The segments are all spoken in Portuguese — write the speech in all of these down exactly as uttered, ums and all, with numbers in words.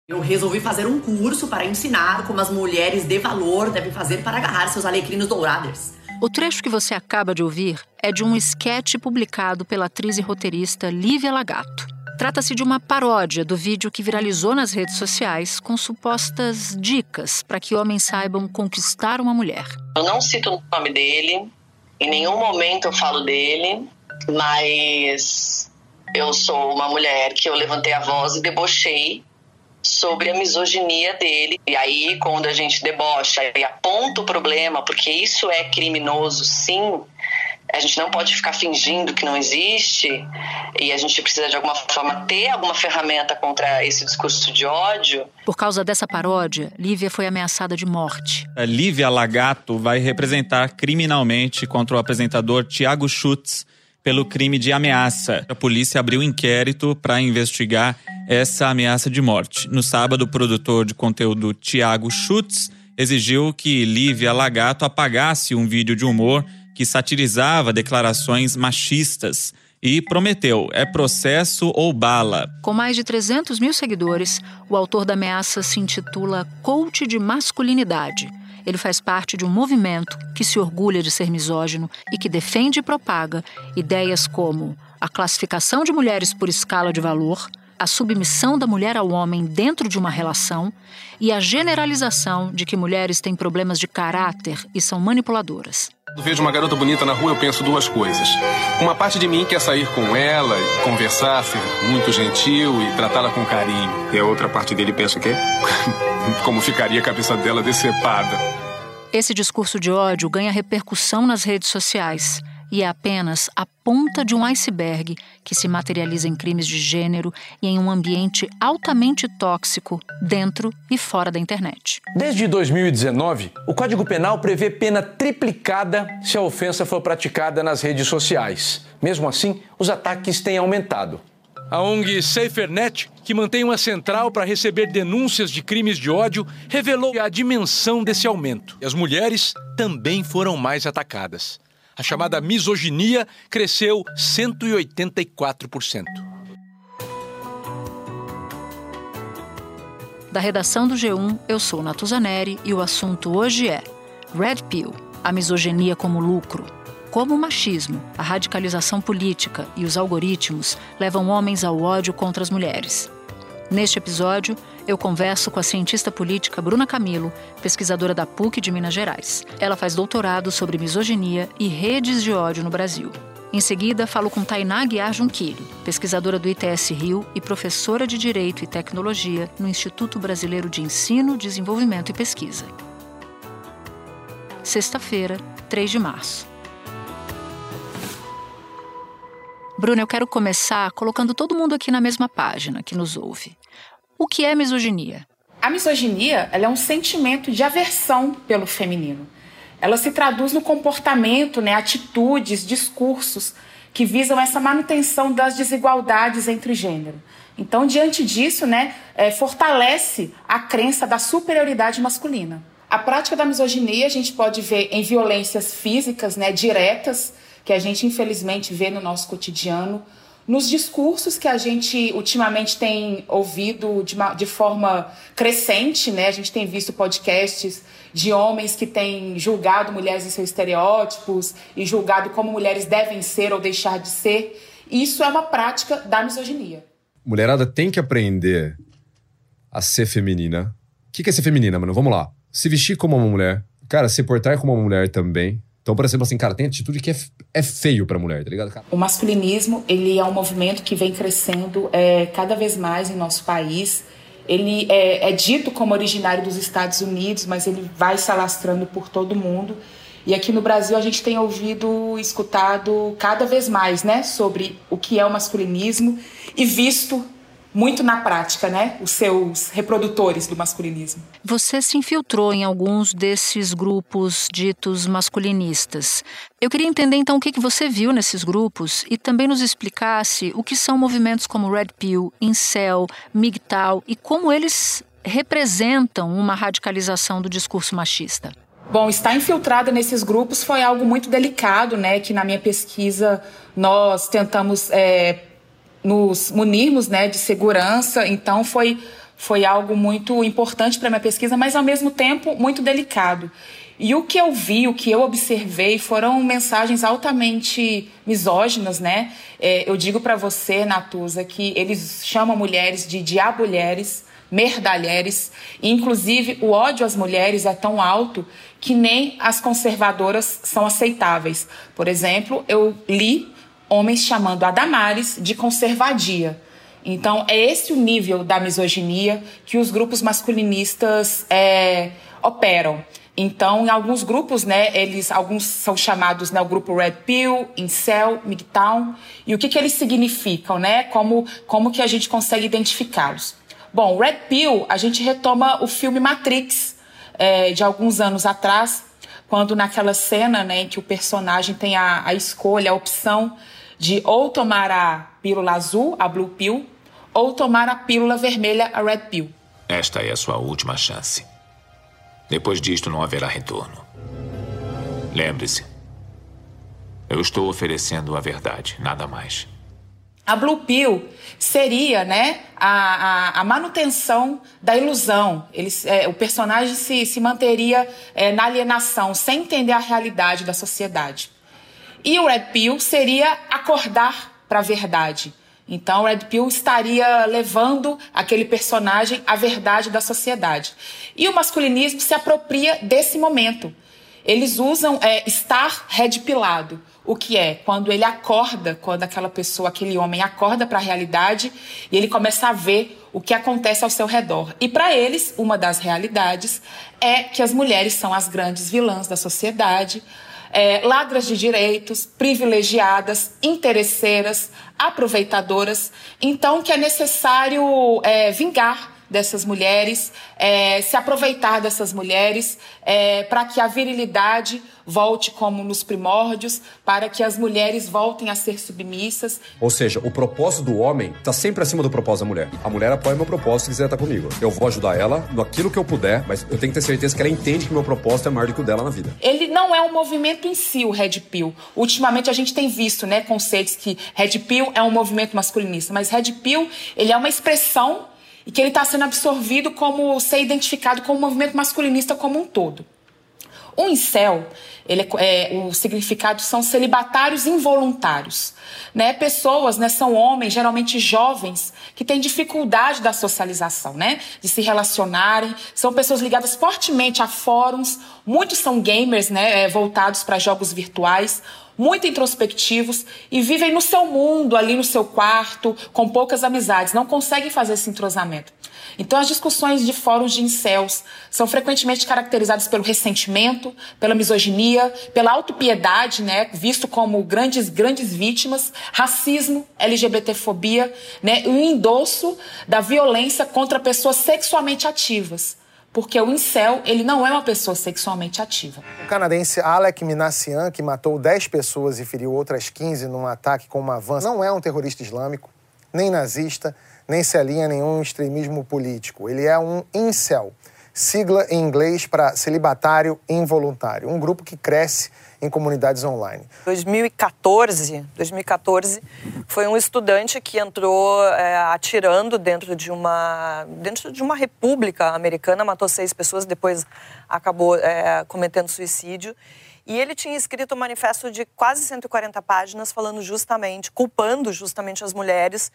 Eu resolvi fazer um curso para ensinar como as mulheres de valor devem fazer para agarrar seus alecrinos dourados. O trecho que você acaba de ouvir é de um esquete publicado pela atriz e roteirista Lívia Lagato. Trata-se de uma paródia do vídeo que viralizou nas redes sociais com supostas dicas para que homens saibam conquistar uma mulher. Eu não cito o nome dele, em nenhum momento eu falo dele, mas eu sou uma mulher que eu levantei a voz e debochei sobre a misoginia dele. E aí, quando a gente debocha e aponta o problema, porque isso é criminoso, sim, a gente não pode ficar fingindo que não existe, e a gente precisa, de alguma forma, ter alguma ferramenta contra esse discurso de ódio. Por causa dessa paródia, Lívia foi ameaçada de morte. A Lívia Lagato vai representar criminalmente contra o apresentador Thiago Schutz pelo crime de ameaça. A polícia abriu um inquérito para investigar essa ameaça de morte. No sábado, o produtor de conteúdo Thiago Schutz exigiu que Lívia Lagato apagasse um vídeo de humor que satirizava declarações machistas e prometeu: é processo ou bala. Com mais de trezentos mil seguidores, o autor da ameaça se intitula Coach de Masculinidade. Ele faz parte de um movimento que se orgulha de ser misógino e que defende e propaga ideias como a classificação de mulheres por escala de valor, a submissão da mulher ao homem dentro de uma relação e a generalização de que mulheres têm problemas de caráter e são manipuladoras. Quando vejo uma garota bonita na rua, eu penso duas coisas. Uma parte de mim quer sair com ela, e conversar, ser muito gentil e tratá-la com carinho. E a outra parte dele pensa o quê? Como ficaria a cabeça dela decepada. Esse discurso de ódio ganha repercussão nas redes sociais e é apenas a ponta de um iceberg que se materializa em crimes de gênero e em um ambiente altamente tóxico dentro e fora da internet. Desde dois mil e dezenove, o Código Penal prevê pena triplicada se a ofensa for praticada nas redes sociais. Mesmo assim, os ataques têm aumentado. A O N G SaferNet, que mantém uma central para receber denúncias de crimes de ódio, revelou a dimensão desse aumento. E as mulheres também foram mais atacadas. A chamada misoginia cresceu cento e oitenta e quatro por cento. Da redação do G um, eu sou Natuza Neri e o assunto hoje é Red Pill, a misoginia como lucro. Como o machismo, a radicalização política e os algoritmos levam homens ao ódio contra as mulheres. Neste episódio, eu converso com a cientista política Bruna Camilo, pesquisadora da P U C de Minas Gerais. Ela faz doutorado sobre misoginia e redes de ódio no Brasil. Em seguida, falo com Tainá Guiar Junquilho, pesquisadora do I T S Rio e professora de Direito e Tecnologia no Instituto Brasileiro de Ensino, Desenvolvimento e Pesquisa. Sexta-feira, três de março. Bruna, eu quero começar colocando todo mundo aqui na mesma página que nos ouve. O que é misoginia? A misoginia ela é um sentimento de aversão pelo feminino. Ela se traduz no comportamento, né, atitudes, discursos que visam essa manutenção das desigualdades entre gênero. Então, diante disso, né, é, fortalece a crença da superioridade masculina. A prática da misoginia a gente pode ver em violências físicas, né, diretas, que a gente infelizmente vê no nosso cotidiano, nos discursos que a gente ultimamente tem ouvido de, uma, de forma crescente, né? A gente tem visto podcasts de homens que têm julgado mulheres em seus estereótipos e julgado como mulheres devem ser ou deixar de ser. Isso é uma prática da misoginia. Mulherada tem que aprender a ser feminina. O que é ser feminina, mano? Vamos lá. Se vestir como uma mulher. Cara, se portar como uma mulher também. Então, por exemplo, assim, cara, tem atitude que é, é feio pra mulher, tá ligado? Cara? O masculinismo, ele é um movimento que vem crescendo é, cada vez mais em nosso país. Ele é, é dito como originário dos Estados Unidos, mas ele vai se alastrando por todo o mundo. E aqui no Brasil a gente tem ouvido, escutado cada vez mais, né, sobre o que é o masculinismo e visto muito na prática, né, os seus reprodutores do masculinismo. Você se infiltrou em alguns desses grupos ditos masculinistas. Eu queria entender, então, o que você viu nesses grupos e também nos explicasse o que são movimentos como Red Pill, Incel, M G T O W e como eles representam uma radicalização do discurso machista. Bom, estar infiltrada nesses grupos foi algo muito delicado, né, que na minha pesquisa nós tentamos... É, nos munirmos, né, de segurança, então foi foi algo muito importante para minha pesquisa, mas ao mesmo tempo muito delicado. E o que eu vi, o que eu observei foram mensagens altamente misóginas, né? É, eu digo para você, Natuza, que eles chamam mulheres de diabolheres, merdalheres, e inclusive o ódio às mulheres é tão alto que nem as conservadoras são aceitáveis. Por exemplo, eu li homens chamando a Damares de conservadia. Então, é esse o nível da misoginia que os grupos masculinistas é, operam. Então, em alguns grupos, né, eles, alguns são chamados, né, o grupo Red Pill, Incel, M G T O W. E o que, que eles significam, né? Como, como que a gente consegue identificá-los? Bom, Red Pill, a gente retoma o filme Matrix, é, de alguns anos atrás, quando naquela cena, né, em que o personagem tem a, a escolha, a opção de ou tomar a pílula azul, a Blue Pill, ou tomar a pílula vermelha, a Red Pill. Esta é a sua última chance. Depois disto não haverá retorno. Lembre-se, eu estou oferecendo a verdade, nada mais. A Blue Pill seria, né, a, a, a manutenção da ilusão. Ele, é, o personagem se, se manteria é, na alienação, sem entender a realidade da sociedade. E o Red Pill seria acordar para a verdade. Então, o Red Pill estaria levando aquele personagem à verdade da sociedade. E o masculinismo se apropria desse momento. Eles usam é, estar redpilado. O que é? Quando ele acorda, quando aquela pessoa, aquele homem acorda para a realidade e ele começa a ver o que acontece ao seu redor. E para eles, uma das realidades é que as mulheres são as grandes vilãs da sociedade, é, ladras de direitos, privilegiadas, interesseiras, aproveitadoras. Então, que é necessário é, vingar dessas mulheres, é, se aproveitar dessas mulheres, é, para que a virilidade volte como nos primórdios, para que as mulheres voltem a ser submissas. Ou seja, o propósito do homem está sempre acima do propósito da mulher. A mulher apoia meu propósito se quiser estar comigo. Eu vou ajudar ela naquilo que eu puder, mas eu tenho que ter certeza que ela entende que meu propósito é maior do que o dela na vida. Ele não é um movimento em si, o Red Pill. Ultimamente a gente tem visto, né, conceitos que Red Pill é um movimento masculinista, mas Red Pill, ele é uma expressão e que ele está sendo absorvido como ser identificado como um movimento masculinista como um todo. O incel, ele é, é, o significado são celibatários involuntários. Né? Pessoas, né, são homens, geralmente jovens, que têm dificuldade da socialização, né? De se relacionarem. São pessoas ligadas fortemente a fóruns. Muitos são gamers, né, é, voltados para jogos virtuais, muito introspectivos e vivem no seu mundo, ali no seu quarto, com poucas amizades, não conseguem fazer esse entrosamento. Então, as discussões de fóruns de incels são frequentemente caracterizadas pelo ressentimento, pela misoginia, pela autopiedade, né, visto como grandes, grandes vítimas, racismo, LGBTfobia, né, e o endosso da violência contra pessoas sexualmente ativas. Porque o incel, ele não é uma pessoa sexualmente ativa. O canadense Alec Minassian, que matou dez pessoas e feriu outras quinze num ataque com uma van, não é um terrorista islâmico, nem nazista, nem se alinha a nenhum extremismo político. Ele é um incel, sigla em inglês para celibatário involuntário, um grupo que cresce em comunidades online. dois mil e quatorze, dois mil e quatorze foi um estudante que entrou é, atirando dentro de uma dentro de uma república americana, matou seis pessoas, depois acabou é, cometendo suicídio. E ele tinha escrito um manifesto de quase cento e quarenta páginas falando justamente, culpando justamente as mulheres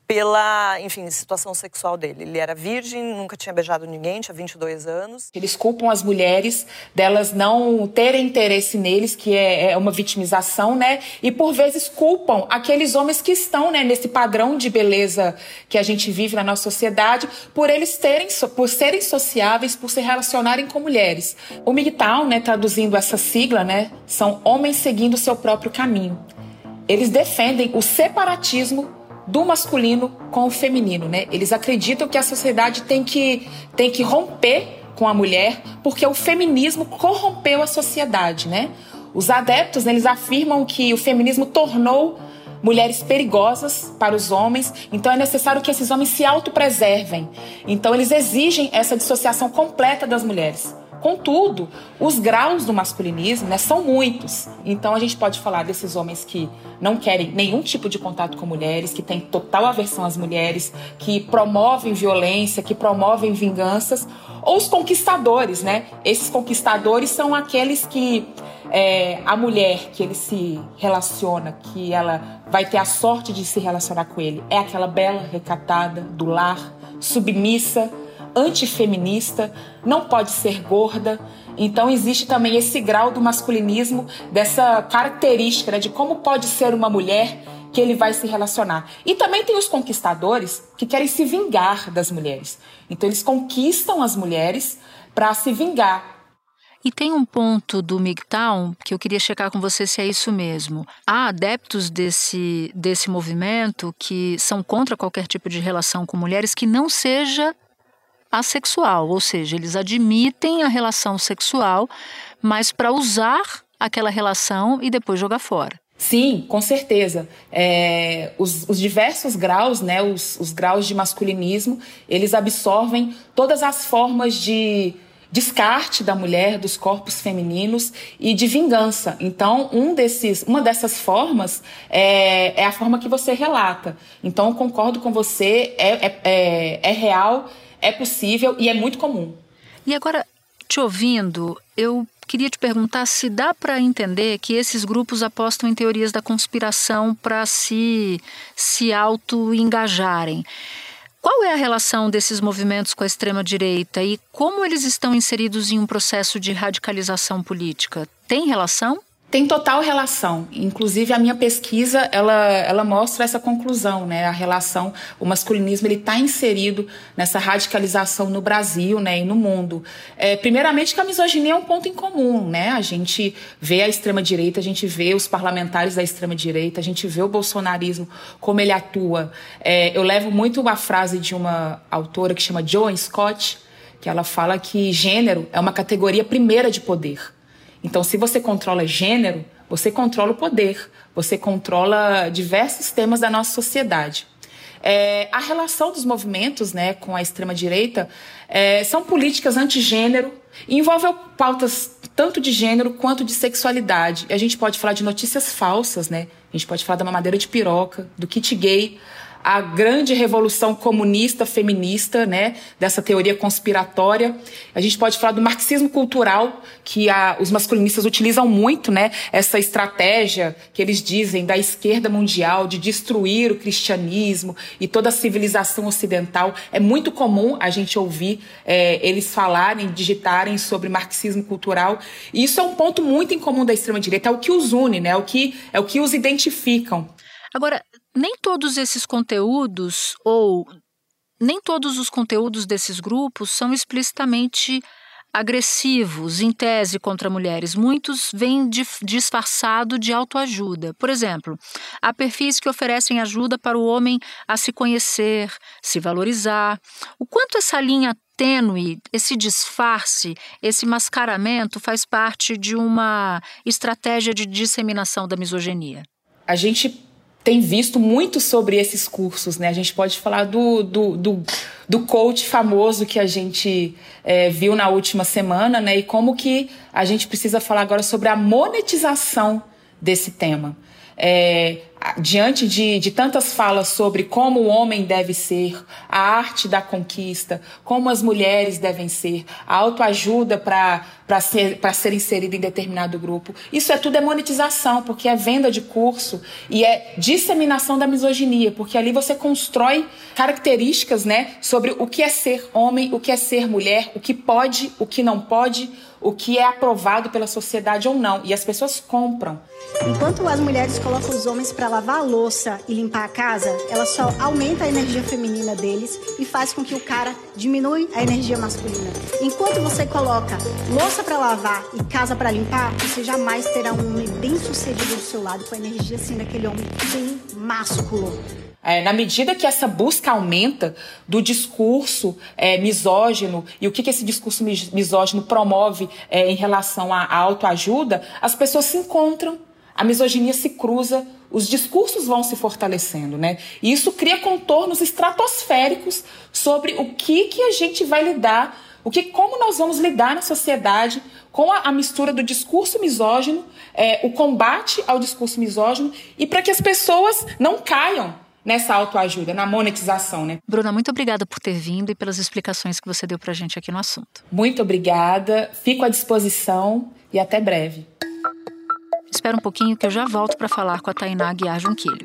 pela, enfim, situação sexual dele. Ele era virgem, nunca tinha beijado ninguém, tinha vinte e dois anos. Eles culpam as mulheres delas não terem interesse neles, que é, é uma vitimização, né? E por vezes culpam aqueles homens que estão, né, nesse padrão de beleza que a gente vive na nossa sociedade, por eles terem, por serem sociáveis, por se relacionarem com mulheres. O M G T O W, né, traduzindo essa sigla, né, são homens seguindo o seu próprio caminho. Eles defendem o separatismo do masculino com o feminino, né? Eles acreditam que a sociedade tem que, tem que romper com a mulher porque o feminismo corrompeu a sociedade, né? Os adeptos, né, eles afirmam que o feminismo tornou mulheres perigosas para os homens, então é necessário que esses homens se autopreservem. Então eles exigem essa dissociação completa das mulheres. Contudo, os graus do masculinismo, né, são muitos. Então a gente pode falar desses homens que não querem nenhum tipo de contato com mulheres, que têm total aversão às mulheres, que promovem violência, que promovem vinganças, ou os conquistadores, né? Esses conquistadores são aqueles que é, a mulher que ele se relaciona, que ela vai ter a sorte de se relacionar com ele, é aquela bela, recatada, do lar, submissa, antifeminista, não pode ser gorda. Então existe também esse grau do masculinismo, dessa característica, né, de como pode ser uma mulher que ele vai se relacionar. E também tem os conquistadores que querem se vingar das mulheres. Então eles conquistam as mulheres para se vingar. E tem um ponto do M G T O W que eu queria checar com você se é isso mesmo. Há adeptos desse, desse movimento que são contra qualquer tipo de relação com mulheres que não seja assexual, ou seja, eles admitem a relação sexual, mas para usar aquela relação e depois jogar fora. Sim, com certeza. É, os, os diversos graus, né, os, os graus de masculinismo, eles absorvem todas as formas de descarte da mulher, dos corpos femininos e de vingança. Então, um desses, uma dessas formas é, é a forma que você relata. Então, eu concordo com você, é, é, é, é real, é possível e é muito comum. E agora, te ouvindo, eu queria te perguntar se dá para entender que esses grupos apostam em teorias da conspiração para se, se auto-engajarem. Qual é a relação desses movimentos com a extrema-direita e como eles estão inseridos em um processo de radicalização política? Tem relação? Tem total relação. Inclusive, a minha pesquisa, ela, ela mostra essa conclusão, né? A relação, o masculinismo, ele está inserido nessa radicalização no Brasil, né? E no mundo. É, primeiramente, que a misoginia é um ponto em comum, né? A gente vê a extrema-direita, a gente vê os parlamentares da extrema-direita, a gente vê o bolsonarismo, como ele atua. É, eu levo muito a frase de uma autora que chama Joan Scott, que ela fala que gênero é uma categoria primeira de poder. Então, se você controla gênero, você controla o poder, você controla diversos temas da nossa sociedade. É, a relação dos movimentos, né, com a extrema-direita é, são políticas antigênero e envolvem pautas tanto de gênero quanto de sexualidade. A gente pode falar de notícias falsas, né? A gente pode falar da mamadeira de piroca, do kit gay, a grande revolução comunista, feminista, né, dessa teoria conspiratória. A gente pode falar do marxismo cultural, que a, os masculinistas utilizam muito, né, essa estratégia que eles dizem da esquerda mundial de destruir o cristianismo e toda a civilização ocidental. É muito comum a gente ouvir é, eles falarem, digitarem sobre marxismo cultural. E isso é um ponto muito em comum da extrema-direita, é o que os une, né, é o que, é o que os identificam. Agora, nem todos esses conteúdos, ou nem todos os conteúdos desses grupos são explicitamente agressivos, em tese, contra mulheres. Muitos vêm disfarçado de autoajuda. Por exemplo, há perfis que oferecem ajuda para o homem a se conhecer, se valorizar. O quanto essa linha tênue, esse disfarce, esse mascaramento faz parte de uma estratégia de disseminação da misoginia? A gente tem visto muito sobre esses cursos, né? A gente pode falar do, do, do, do coach famoso que a gente é, viu na última semana, né? E como que a gente precisa falar agora sobre a monetização desse tema. É, diante de, de tantas falas sobre como o homem deve ser, a arte da conquista, como as mulheres devem ser, a autoajuda para ser, para ser inserida em determinado grupo, isso é tudo é monetização, porque é venda de curso e é disseminação da misoginia, porque ali você constrói características, né, sobre o que é ser homem, o que é ser mulher, o que pode, o que não pode, o que é aprovado pela sociedade ou não, e as pessoas compram. Enquanto as mulheres colocam os homens para lavar a louça e limpar a casa, ela só aumenta a energia feminina deles e faz com que o cara diminua a energia masculina. Enquanto você coloca louça para lavar e casa para limpar, você jamais terá um homem bem sucedido do seu lado, com a energia assim daquele homem bem másculo. É, na medida que essa busca aumenta do discurso é, misógino e o que, que esse discurso misógino promove é, em relação à, à autoajuda, as pessoas se encontram, a misoginia se cruza, os discursos vão se fortalecendo, né? E isso cria contornos estratosféricos sobre o que, que a gente vai lidar O que, como nós vamos lidar na sociedade com a, a mistura do discurso misógino, é, o combate ao discurso misógino, e para que as pessoas não caiam nessa autoajuda, na monetização, né? Bruna, muito obrigada por ter vindo e pelas explicações que você deu pra gente aqui no assunto. Muito obrigada, fico à disposição e até breve. Espera um pouquinho que eu já volto para falar com a Tainá Aguiar Junquilho.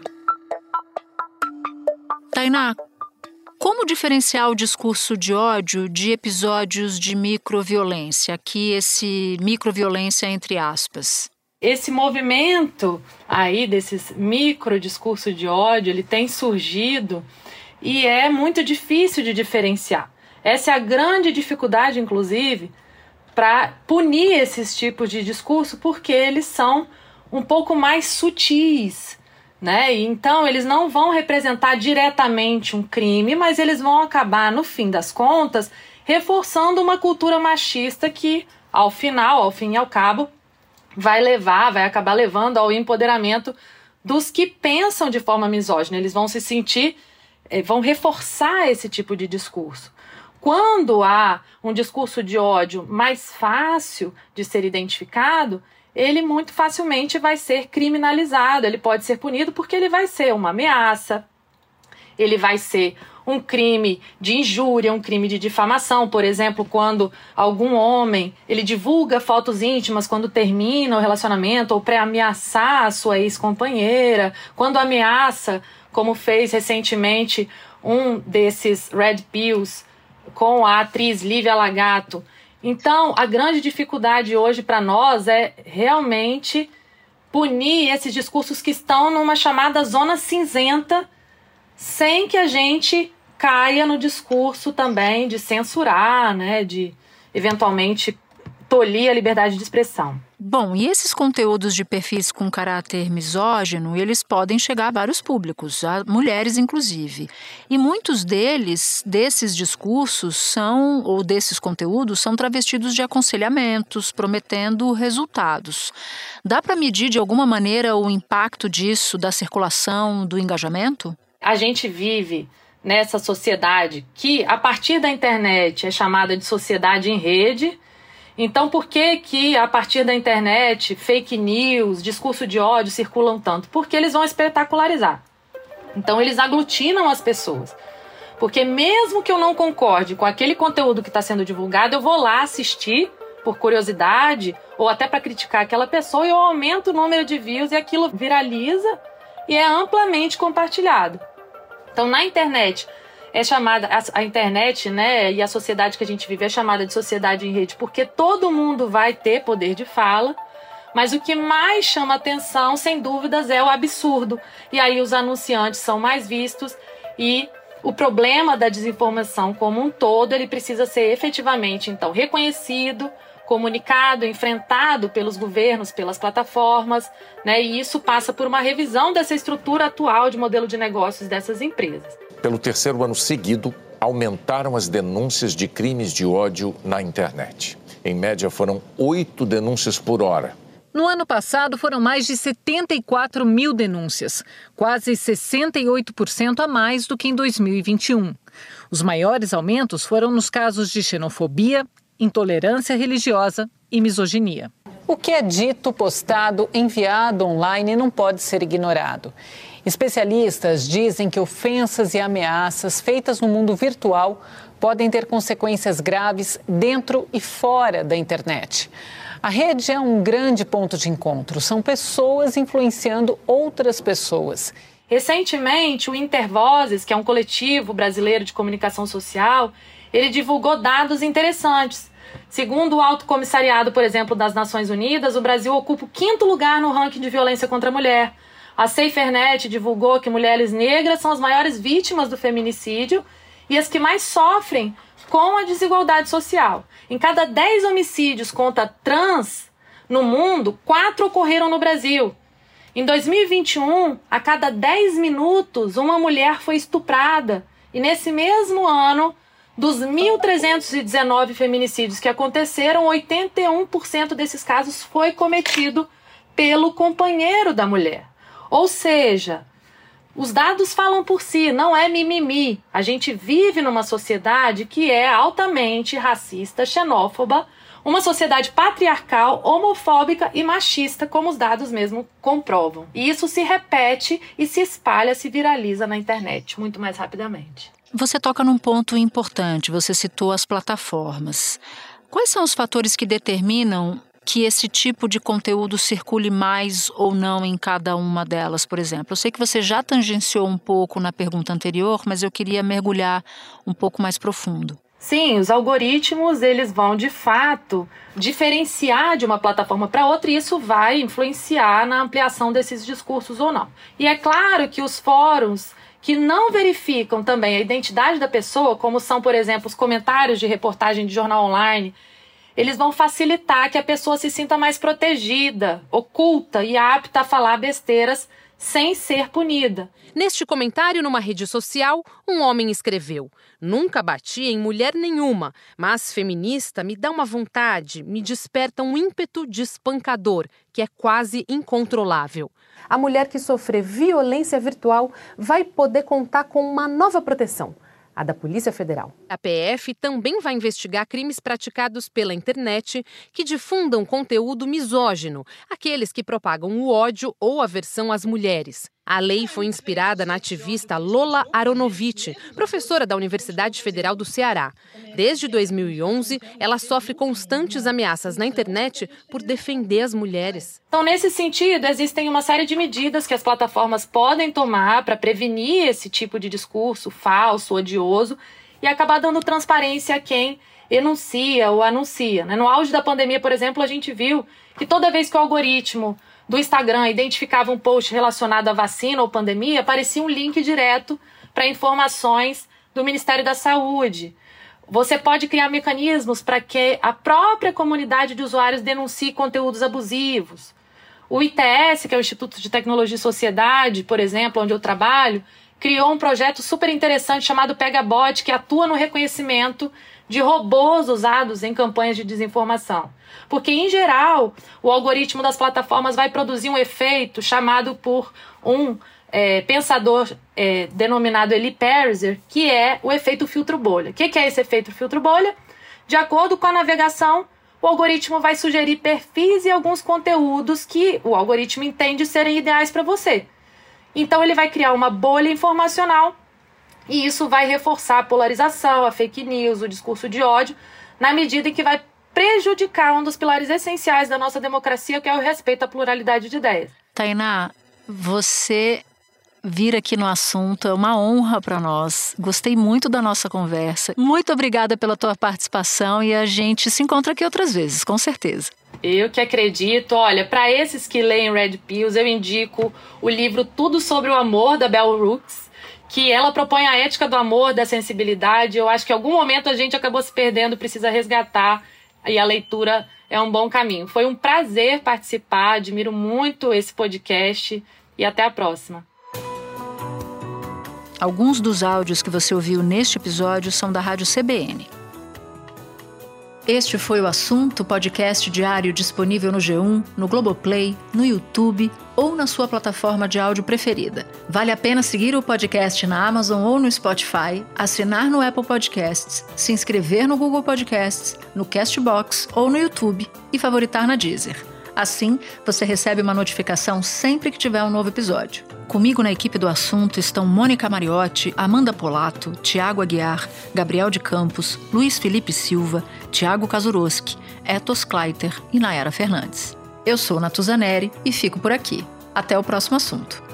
Tainá, como diferenciar o discurso de ódio de episódios de microviolência? Aqui esse microviolência entre aspas. Esse movimento aí desses microdiscursos de ódio, ele tem surgido e é muito difícil de diferenciar. Essa é a grande dificuldade, inclusive, para punir esses tipos de discurso, porque eles são um pouco mais sutis, né? E então eles não vão representar diretamente um crime, mas eles vão acabar, no fim das contas, reforçando uma cultura machista que, ao final, ao fim e ao cabo, vai levar, vai acabar levando ao empoderamento dos que pensam de forma misógina. Eles vão se sentir, vão reforçar esse tipo de discurso. Quando há um discurso de ódio mais fácil de ser identificado, ele muito facilmente vai ser criminalizado, ele pode ser punido porque ele vai ser uma ameaça, ele vai ser um crime de injúria, um crime de difamação. Por exemplo, quando algum homem ele divulga fotos íntimas quando termina o relacionamento ou para ameaçar a sua ex-companheira, quando ameaça, como fez recentemente um desses Red Pills com a atriz Lívia Lagato. Então, a grande dificuldade hoje para nós é realmente punir esses discursos que estão numa chamada zona cinzenta, sem que a gente caia no discurso também de censurar, né, de eventualmente tolir a liberdade de expressão. Bom, e esses conteúdos de perfis com caráter misógino, eles podem chegar a vários públicos, a mulheres inclusive. E muitos deles, desses discursos são, ou desses conteúdos, são travestidos de aconselhamentos, prometendo resultados. Dá para medir de alguma maneira o impacto disso, da circulação, do engajamento? A gente vive nessa sociedade que, a partir da internet, é chamada de sociedade em rede. Então, por que que, a partir da internet, fake news, discurso de ódio circulam tanto? Porque eles vão espetacularizar. Então, eles aglutinam as pessoas. Porque mesmo que eu não concorde com aquele conteúdo que está sendo divulgado, eu vou lá assistir por curiosidade ou até para criticar aquela pessoa e eu aumento o número de views e aquilo viraliza e é amplamente compartilhado. Então, na internet, é chamada, a, a internet, né, e a sociedade que a gente vive é chamada de sociedade em rede, porque todo mundo vai ter poder de fala, mas o que mais chama atenção, sem dúvidas, é o absurdo. E aí os anunciantes são mais vistos e o problema da desinformação como um todo, ele precisa ser efetivamente, então, reconhecido, comunicado, enfrentado pelos governos, pelas plataformas, né? E isso passa por uma revisão dessa estrutura atual de modelo de negócios dessas empresas. Pelo terceiro ano seguido, aumentaram as denúncias de crimes de ódio na internet. Em média, foram oito denúncias por hora. No ano passado, foram mais de setenta e quatro mil denúncias, quase sessenta e oito por cento a mais do que em dois mil e vinte e um. Os maiores aumentos foram nos casos de xenofobia, intolerância religiosa e misoginia. O que é dito, postado, enviado online não pode ser ignorado. Especialistas dizem que ofensas e ameaças feitas no mundo virtual podem ter consequências graves dentro e fora da internet. A rede é um grande ponto de encontro. São pessoas influenciando outras pessoas. Recentemente, o Intervozes, que é um coletivo brasileiro de comunicação social, ele divulgou dados interessantes. Segundo o Alto Comissariado, por exemplo, das Nações Unidas, o Brasil ocupa o quinto lugar no ranking de violência contra a mulher. A SaferNet divulgou que mulheres negras são as maiores vítimas do feminicídio e as que mais sofrem com a desigualdade social. Em cada dez homicídios contra trans no mundo, quatro ocorreram no Brasil. Em dois mil e vinte e um, a cada dez minutos, uma mulher foi estuprada. E nesse mesmo ano, dos mil trezentos e dezenove feminicídios que aconteceram, oitenta e um por cento desses casos foi cometido pelo companheiro da mulher. Ou seja, Os dados falam por si, não é mimimi. A gente vive numa sociedade que é altamente racista, xenófoba, uma sociedade patriarcal, homofóbica e machista, como os dados mesmo comprovam. E isso se repete e se espalha, se viraliza na internet muito mais rapidamente. Você toca num ponto importante, você citou as plataformas. Quais são os fatores que determinam que esse tipo de conteúdo circule mais ou não em cada uma delas, por exemplo? Eu sei que você já tangenciou um pouco na pergunta anterior, mas eu queria mergulhar um pouco mais profundo. Sim, os algoritmos, eles vão, de fato, diferenciar de uma plataforma para outra e isso vai influenciar na ampliação desses discursos ou não. E é claro que os fóruns que não verificam também a identidade da pessoa, como são, por exemplo, os comentários de reportagem de jornal online, eles vão facilitar que a pessoa se sinta mais protegida, oculta e apta a falar besteiras sem ser punida. Neste comentário numa rede social, um homem escreveu: "Nunca bati em mulher nenhuma, mas feminista me dá uma vontade, me desperta um ímpeto de espancador, que é quase incontrolável." A mulher que sofrer violência virtual vai poder contar com uma nova proteção, a da Polícia Federal. A P F também vai investigar crimes praticados pela internet que difundam conteúdo misógino, aqueles que propagam o ódio ou aversão às mulheres. A lei foi inspirada na ativista Lola Aronovitch, professora da Universidade Federal do Ceará. Desde dois mil e onze, ela sofre constantes ameaças na internet por defender as mulheres. Então, nesse sentido, existem uma série de medidas que as plataformas podem tomar para prevenir esse tipo de discurso falso, odioso, e acabar dando transparência a quem enuncia ou anuncia. No auge da pandemia, por exemplo, a gente viu que toda vez que o algoritmo do Instagram identificava um post relacionado à vacina ou pandemia, aparecia um link direto para informações do Ministério da Saúde. Você pode criar mecanismos para que a própria comunidade de usuários denuncie conteúdos abusivos. O I T S, que é o Instituto de Tecnologia e Sociedade, por exemplo, onde eu trabalho, criou um projeto super interessante chamado PegaBot, que atua no reconhecimento de robôs usados em campanhas de desinformação. Porque, em geral, o algoritmo das plataformas vai produzir um efeito chamado por um é, pensador é, denominado Lee Pariser, que é o efeito filtro bolha. O que, que é esse efeito filtro bolha? De acordo com a navegação, o algoritmo vai sugerir perfis e alguns conteúdos que o algoritmo entende serem ideais para você. Então, ele vai criar uma bolha informacional e isso vai reforçar a polarização, a fake news, o discurso de ódio, na medida em que vai prejudicar um dos pilares essenciais da nossa democracia, que é o respeito à pluralidade de ideias. Tainá, você vir aqui no assunto é uma honra para nós. Gostei muito da nossa conversa. Muito obrigada pela tua participação e a gente se encontra aqui outras vezes, com certeza. Eu que acredito. Olha, para esses que leem Red Pills, eu indico o livro Tudo sobre o Amor, da Bell Hooks, que ela propõe a ética do amor, da sensibilidade. Eu acho que em algum momento a gente acabou se perdendo, precisa resgatar, e a leitura é um bom caminho. Foi um prazer participar, admiro muito esse podcast e até a próxima. Alguns dos áudios que você ouviu neste episódio são da Rádio C B N. Este foi o Assunto, podcast diário disponível no G um, no Globoplay, no YouTube ou na sua plataforma de áudio preferida. Vale a pena seguir o podcast na Amazon ou no Spotify, assinar no Apple Podcasts, se inscrever no Google Podcasts, no Castbox ou no YouTube e favoritar na Deezer. Assim, você recebe uma notificação sempre que tiver um novo episódio. Comigo na equipe do Assunto estão Mônica Mariotti, Amanda Polato, Tiago Aguiar, Gabriel de Campos, Luiz Felipe Silva, Tiago Kazuroski, Etos Kleiter e Nayara Fernandes. Eu sou Natuzaneri e fico por aqui. Até o próximo assunto.